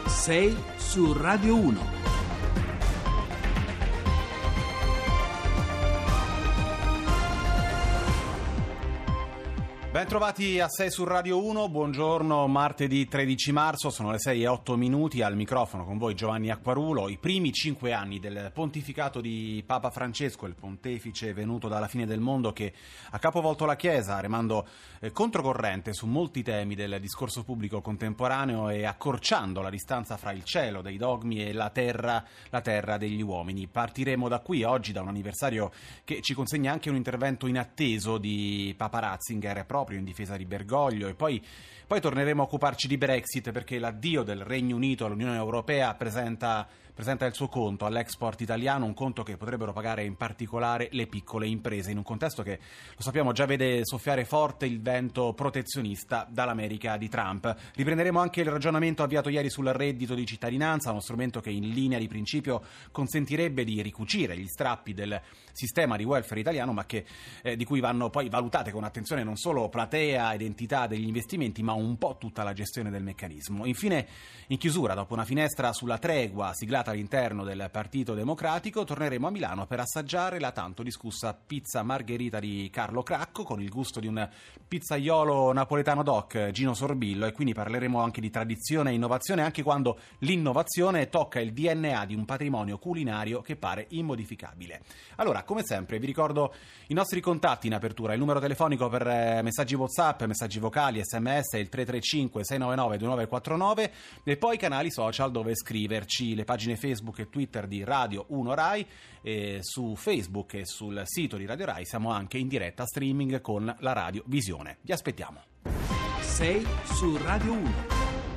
Sei su Radio 1. Ben trovati a 6 su Radio 1, buongiorno, martedì 13 marzo, sono le 6:08, al microfono con voi Giovanni Acquarulo. I primi 5 anni del pontificato di Papa Francesco, il pontefice venuto dalla fine del mondo che ha capovolto la Chiesa, remando controcorrente su molti temi del discorso pubblico contemporaneo e accorciando la distanza fra il cielo dei dogmi e la terra degli uomini. Partiremo da qui oggi, da un anniversario che ci consegna anche un intervento inatteso di Papa Ratzinger, proprio in difesa di Bergoglio, e poi torneremo a occuparci di Brexit, perché l'addio del Regno Unito all'Unione Europea presenta il suo conto all'export italiano, un conto che potrebbero pagare in particolare le piccole imprese, in un contesto che, lo sappiamo, già vede soffiare forte il vento protezionista dall'America di Trump. Riprenderemo anche il ragionamento avviato ieri sul reddito di cittadinanza, uno strumento che in linea di principio consentirebbe di ricucire gli strappi del sistema di welfare italiano, ma che di cui vanno poi valutate con attenzione non solo platea ed entità degli investimenti, ma un po' tutta la gestione del meccanismo. Infine, in chiusura, dopo una finestra sulla tregua siglata all'interno del Partito Democratico, torneremo a Milano per assaggiare la tanto discussa pizza margherita di Carlo Cracco, con il gusto di un pizzaiolo napoletano doc, Gino Sorbillo, e quindi parleremo anche di tradizione e innovazione, anche quando l'innovazione tocca il DNA di un patrimonio culinario che pare immodificabile. Allora, come sempre, vi ricordo i nostri contatti in apertura: il numero telefonico per messaggi WhatsApp, messaggi vocali, SMS è il 335 699 2949, e poi i canali social dove scriverci, le pagine Facebook e Twitter di Radio 1 Rai, e su Facebook e sul sito di Radio Rai siamo anche in diretta streaming con la Radio Visione. Vi aspettiamo. Sei su Radio 1.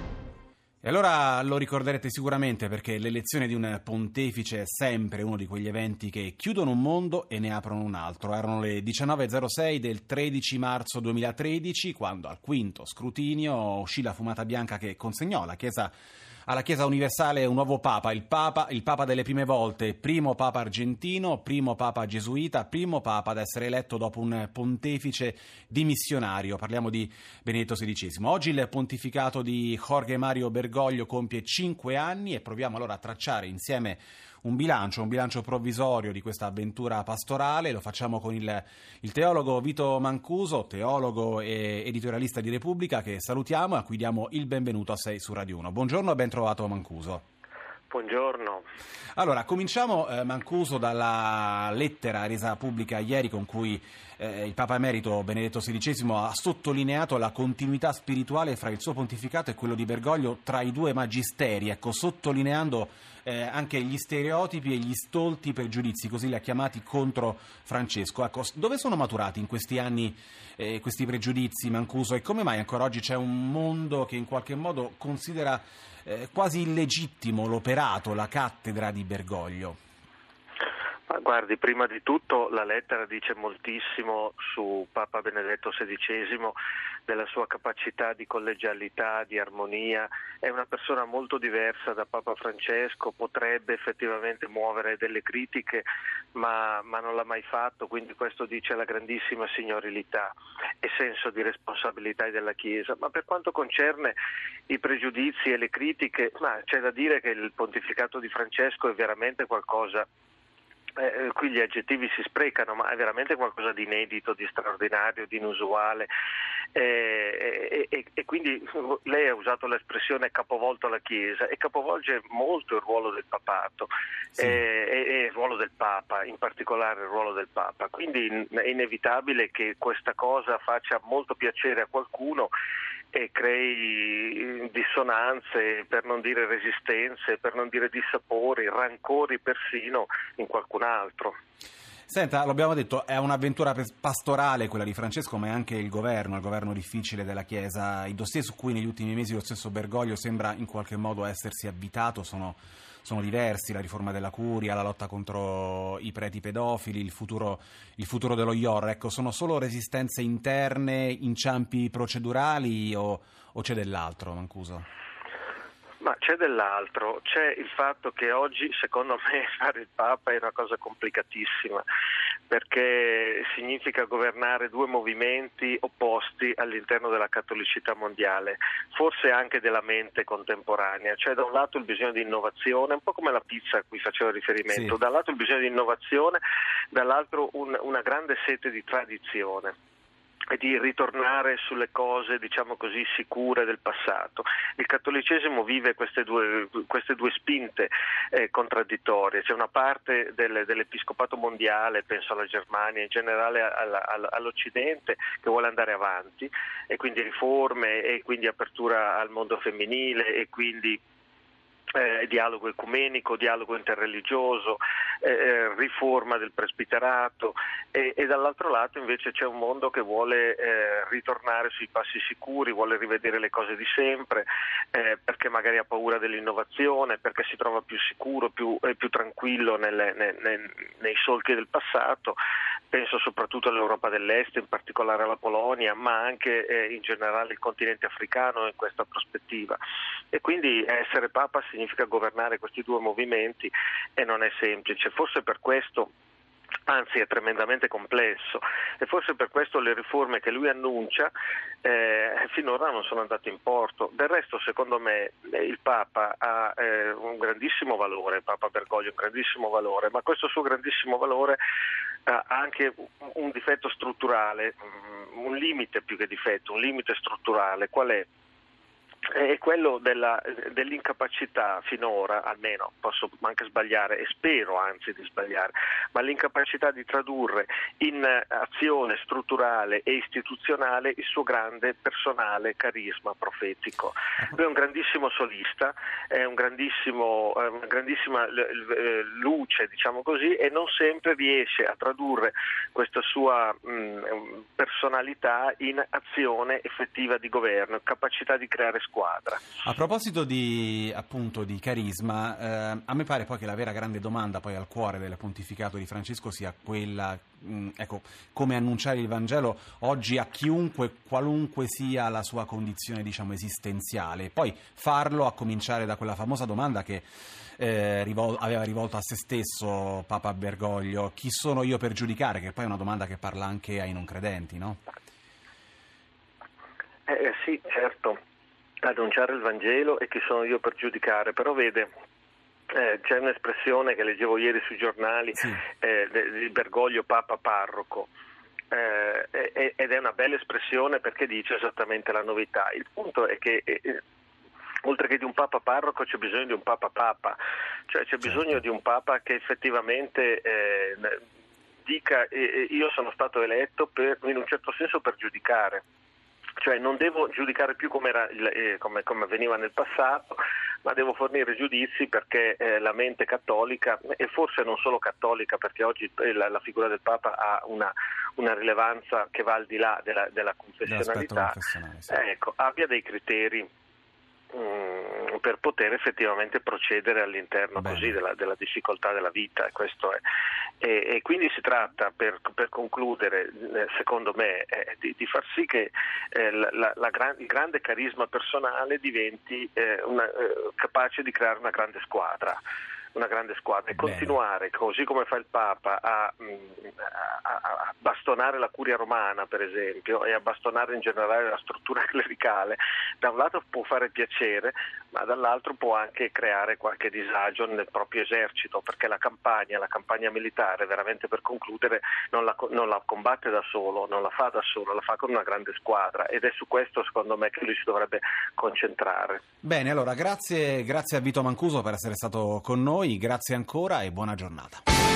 E allora lo ricorderete sicuramente, perché l'elezione di un pontefice è sempre uno di quegli eventi che chiudono un mondo e ne aprono un altro. Erano le 19.06 del 13 marzo 2013, quando al quinto scrutinio uscì la fumata bianca che consegnò alla Chiesa universale un nuovo Papa, il Papa delle prime volte, primo Papa argentino, primo Papa gesuita, primo Papa ad essere eletto dopo un pontefice dimissionario. Parliamo di Benedetto XVI. Oggi il pontificato di Jorge Mario Bergoglio compie 5 anni e proviamo allora a tracciare insieme un bilancio provvisorio di questa avventura pastorale. Lo facciamo con il teologo Vito Mancuso, teologo e editorialista di Repubblica, che salutiamo e a cui diamo il benvenuto a 6 su Radio 1. Buongiorno e ben trovato Mancuso. Buongiorno. Allora, cominciamo, Mancuso, dalla lettera resa pubblica ieri con cui il Papa Emerito Benedetto XVI ha sottolineato la continuità spirituale fra il suo pontificato e quello di Bergoglio tra i due magisteri, sottolineando anche gli stereotipi e gli stolti pregiudizi, così li ha chiamati, contro Francesco. Dove sono maturati in questi anni questi pregiudizi, Mancuso, e come mai ancora oggi c'è un mondo che in qualche modo considera quasi illegittimo l'operato, la cattedra di Bergoglio? Ma guardi, prima di tutto la lettera dice moltissimo su Papa Benedetto XVI, della sua capacità di collegialità, di armonia. È una persona molto diversa da Papa Francesco, potrebbe effettivamente muovere delle critiche, ma non l'ha mai fatto, quindi questo dice la grandissima signorilità e senso di responsabilità della Chiesa. Ma per quanto concerne i pregiudizi e le critiche, c'è da dire che il pontificato di Francesco è veramente qualcosa. Qui gli aggettivi si sprecano, ma è veramente qualcosa di inedito, di straordinario, di inusuale, e quindi lei ha usato l'espressione capovolto la Chiesa e capovolge molto il ruolo del papato, sì. E il ruolo del Papa, in particolare il ruolo del Papa, quindi è inevitabile che questa cosa faccia molto piacere a qualcuno e crei dissonanze, per non dire resistenze, per non dire dissapori, rancori persino in qualcun altro. Senta, l'abbiamo detto, è un'avventura pastorale quella di Francesco, ma è anche il governo difficile della Chiesa. I dossier su cui negli ultimi mesi lo stesso Bergoglio sembra in qualche modo essersi avvitato sono diversi: la riforma della curia, la lotta contro i preti pedofili, il futuro dello IOR. Sono solo resistenze interne, inciampi procedurali o c'è dell'altro, Mancuso? Ma c'è dell'altro, c'è il fatto che oggi secondo me fare il Papa è una cosa complicatissima, perché significa governare due movimenti opposti all'interno della cattolicità mondiale, forse anche della mente contemporanea, cioè da un lato il bisogno di innovazione, un po' come la pizza a cui facevo riferimento, Sì. da un lato il bisogno di innovazione, dall'altro una grande sete di tradizione e di ritornare sulle cose, diciamo così, sicure del passato. Il cattolicesimo vive queste due spinte contraddittorie. C'è una parte dell'episcopato mondiale, penso alla Germania, in generale all'Occidente, che vuole andare avanti, e quindi riforme, e quindi apertura al mondo femminile, e quindi dialogo ecumenico, dialogo interreligioso, riforma del presbiterato, e dall'altro lato invece c'è un mondo che vuole ritornare sui passi sicuri, vuole rivedere le cose di sempre, perché magari ha paura dell'innovazione, perché si trova più sicuro, più tranquillo nei solchi del passato. Penso soprattutto all'Europa dell'Est, in particolare alla Polonia, ma anche in generale il continente africano in questa prospettiva. E quindi essere Papa significa governare questi due movimenti, e non è semplice. Forse per questo, anzi è tremendamente complesso, e forse per questo le riforme che lui annuncia finora non sono andate in porto. Del resto, secondo me, il Papa ha un grandissimo valore, Papa Bergoglio un grandissimo valore, ma questo suo grandissimo valore ha anche un difetto strutturale, un limite più che difetto, un limite strutturale. Qual è? È quello dell'incapacità finora, almeno posso anche sbagliare e spero anzi di sbagliare, ma l'incapacità di tradurre in azione strutturale e istituzionale il suo grande personale carisma profetico. Lui è un grandissimo solista, è una grandissima luce, diciamo così, e non sempre riesce a tradurre questa sua personalità in azione effettiva di governo, capacità di creare squadra. A proposito di carisma, a me pare poi che la vera grande domanda poi al cuore del pontificato di Francesco sia quella, come annunciare il Vangelo oggi a chiunque, qualunque sia la sua condizione, diciamo, esistenziale. Poi farlo a cominciare da quella famosa domanda che aveva rivolto a se stesso Papa Bergoglio: chi sono io per giudicare? Che poi è una domanda che parla anche ai non credenti, no? Sì, certo. Annunciare il Vangelo e chi sono io per giudicare, però vede, c'è un'espressione che leggevo ieri sui giornali, sì, di Bergoglio Papa Parroco, ed è una bella espressione perché dice esattamente la novità. Il punto è che oltre che di un Papa Parroco c'è bisogno di un Papa Papa, cioè c'è bisogno di un Papa che effettivamente dica io sono stato eletto in un certo senso per giudicare. Cioè non devo giudicare più come avveniva nel passato, ma devo fornire giudizi perché la mente cattolica, e forse non solo cattolica, perché oggi la figura del Papa ha una rilevanza che va al di là della confessionalità, sì, abbia dei criteri per poter effettivamente procedere all'interno così della difficoltà della vita, e questo è. E quindi si tratta, per concludere, secondo me, di far sì che il grande carisma personale diventi capace di creare una grande squadra e continuare, così come fa il Papa, a bastonare la curia romana, per esempio, e a bastonare in generale la struttura clericale. Da un lato può fare piacere, ma dall'altro può anche creare qualche disagio nel proprio esercito, perché la campagna militare, veramente per concludere, non la combatte da solo, non la fa da solo, la fa con una grande squadra, ed è su questo, secondo me, che lui si dovrebbe concentrare. Bene, allora grazie a Vito Mancuso per essere stato con noi, grazie ancora e buona giornata.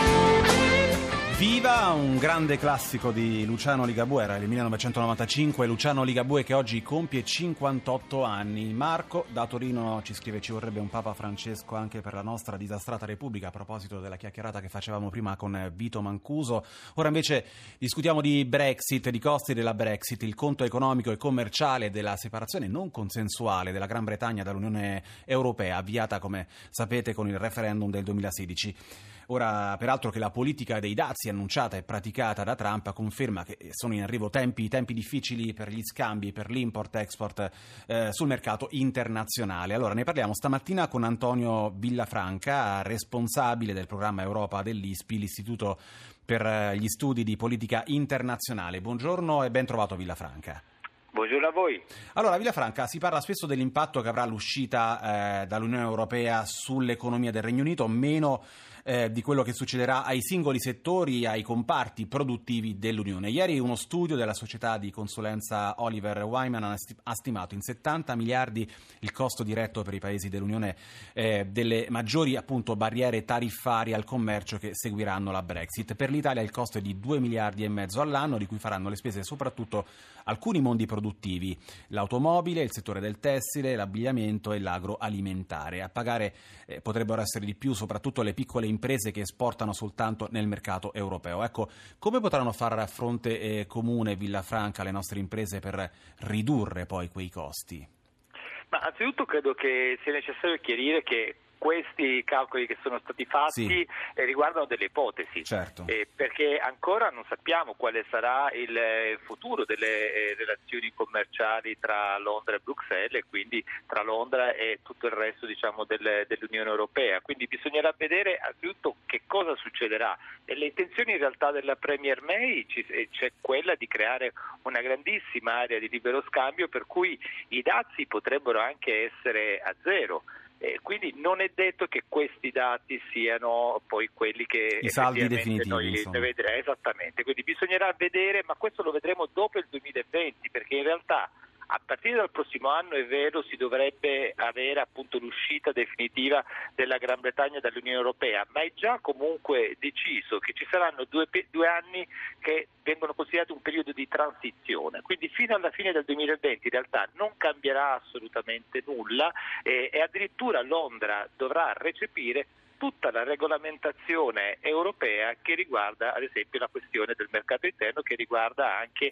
Viva un grande classico di Luciano Ligabue, era il 1995, Luciano Ligabue che oggi compie 58 anni. Marco da Torino ci scrive: ci vorrebbe un Papa Francesco anche per la nostra disastrata Repubblica, a proposito della chiacchierata che facevamo prima con Vito Mancuso. Ora invece discutiamo di Brexit, di costi della Brexit, il conto economico e commerciale della separazione non consensuale della Gran Bretagna dall'Unione Europea, avviata, come sapete, con il referendum del 2016. Ora, peraltro, che la politica dei dazi annunciata e praticata da Trump conferma che sono in arrivo tempi difficili per gli scambi, per l'import-export sul mercato internazionale. Allora, ne parliamo stamattina con Antonio Villafranca, responsabile del programma Europa dell'ISPI, l'Istituto per gli studi di politica internazionale. Buongiorno e ben trovato Villafranca. Buongiorno a voi. Allora, Villafranca, si parla spesso dell'impatto che avrà l'uscita dall'Unione Europea sull'economia del Regno Unito, meno di quello che succederà ai singoli settori, ai comparti produttivi dell'Unione. Ieri uno studio della società di consulenza Oliver Wyman ha stimato in 70 miliardi il costo diretto per i paesi dell'Unione delle maggiori appunto barriere tariffarie al commercio che seguiranno la Brexit. Per l'Italia il costo è di 2 miliardi e mezzo all'anno, di cui faranno le spese soprattutto alcuni mondi produttivi, l'automobile, il settore del tessile, l'abbigliamento e l'agroalimentare. A pagare potrebbero essere di più soprattutto le piccole imprese che esportano soltanto nel mercato europeo. Ecco, come potranno fare fronte comune, Villafranca, le nostre imprese per ridurre poi quei costi? Ma anzitutto credo che sia necessario chiarire che questi calcoli che sono stati fatti riguardano delle ipotesi, certo. Perché ancora non sappiamo quale sarà il futuro delle relazioni commerciali tra Londra e Bruxelles e quindi tra Londra e tutto il resto dell'Unione Europea. Quindi bisognerà vedere anzitutto che cosa succederà. Nelle intenzioni in realtà della Premier May c'è quella di creare una grandissima area di libero scambio per cui i dazi potrebbero anche essere a zero. Quindi non è detto che questi dati siano poi quelli che i saldi definitivi noi vedremo. Esattamente, quindi bisognerà vedere, ma questo lo vedremo dopo il 2020, perché in realtà a partire dal prossimo anno è vero si dovrebbe avere appunto l'uscita definitiva della Gran Bretagna dall'Unione Europea, ma è già comunque deciso che ci saranno due anni che vengono considerati un periodo di transizione, quindi fino alla fine del 2020 in realtà non cambierà assolutamente nulla e addirittura Londra dovrà recepire tutta la regolamentazione europea che riguarda ad esempio la questione del mercato interno, che riguarda anche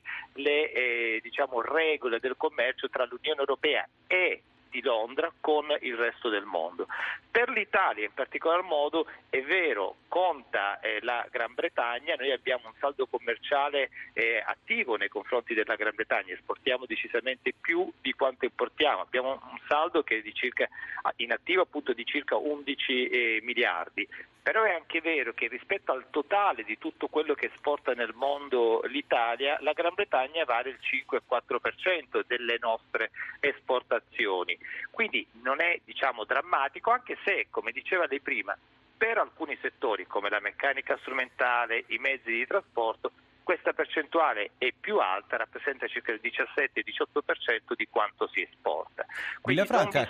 le regole del commercio tra l'Unione Europea e di Londra con il resto del mondo. Per l'Italia in particolar modo è vero, conta la Gran Bretagna, noi abbiamo un saldo commerciale attivo nei confronti della Gran Bretagna, esportiamo decisamente più di quanto importiamo, abbiamo un saldo che è in attivo appunto di circa 11 miliardi. Però è anche vero che rispetto al totale di tutto quello che esporta nel mondo l'Italia, la Gran Bretagna vale il 5,4% delle nostre esportazioni. Quindi non è drammatico, anche se, come diceva lei prima, per alcuni settori come la meccanica strumentale, i mezzi di trasporto, questa percentuale è più alta, rappresenta circa il 17-18% di quanto si esporta. Quindi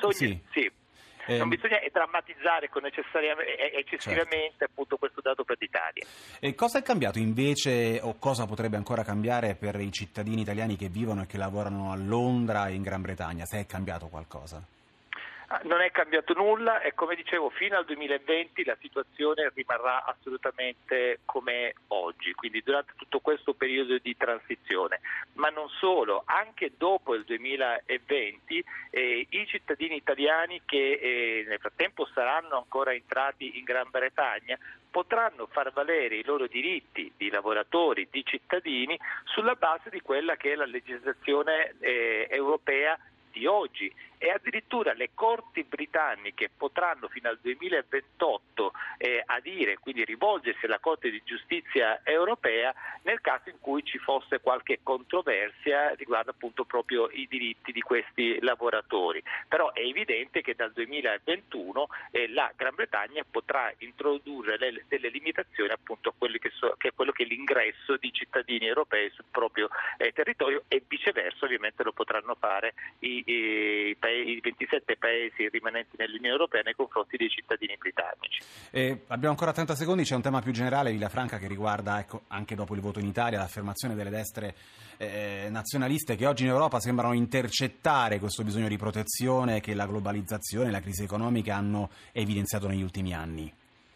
non bisogna drammatizzare eccessivamente appunto questo dato per l'Italia. E cosa è cambiato invece o cosa potrebbe ancora cambiare per i cittadini italiani che vivono e che lavorano a Londra e in Gran Bretagna? Se è cambiato qualcosa? Non è cambiato nulla e come dicevo fino al 2020 la situazione rimarrà assolutamente come oggi, quindi durante tutto questo periodo di transizione, ma non solo, anche dopo il 2020 i cittadini italiani che nel frattempo saranno ancora entrati in Gran Bretagna potranno far valere i loro diritti di lavoratori, di cittadini sulla base di quella che è la legislazione europea di oggi e addirittura le corti britanniche potranno fino al 2028 adire, quindi rivolgersi alla Corte di Giustizia europea nel caso in cui ci fosse qualche controversia riguardo appunto proprio i diritti di questi lavoratori. Però è evidente che dal 2021 la Gran Bretagna potrà introdurre delle limitazioni appunto a quello che è quello che è l'ingresso di cittadini europei sul proprio territorio e viceversa ovviamente lo potranno fare i 27 paesi rimanenti nell'Unione Europea nei confronti dei cittadini britannici. Abbiamo ancora 30 secondi, c'è un tema più generale, Villafranca, che riguarda anche dopo il voto in Italia l'affermazione delle destre nazionaliste che oggi in Europa sembrano intercettare questo bisogno di protezione che la globalizzazione e la crisi economica hanno evidenziato negli ultimi anni.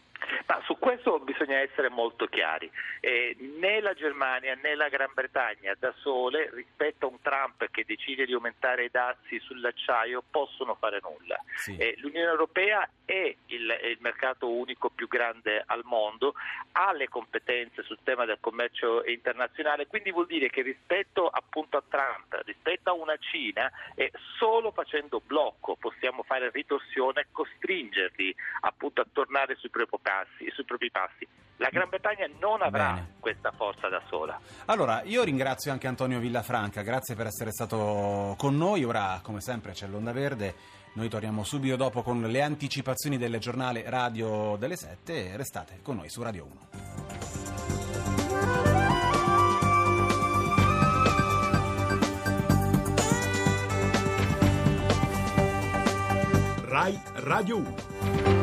Ma su questo bisogna essere molto chiari. Né la Germania né la Gran Bretagna da sole, rispetto a un Trump che decide di aumentare i dazi sull'acciaio, possono fare nulla. Sì. L'Unione Europea è il mercato unico più grande al mondo, ha le competenze sul tema del commercio internazionale, quindi vuol dire che rispetto appunto a Trump, rispetto a una Cina, solo facendo blocco possiamo fare ritorsione e costringerli appunto a tornare sui propri passi. La Gran Bretagna non avrà questa forza da sola. Allora, io ringrazio anche Antonio Villafranca, grazie per essere stato con noi. Ora, come sempre, c'è l'Onda Verde. Noi torniamo subito dopo con le anticipazioni del giornale radio delle 7. Restate con noi su Radio 1. Rai Radio 1.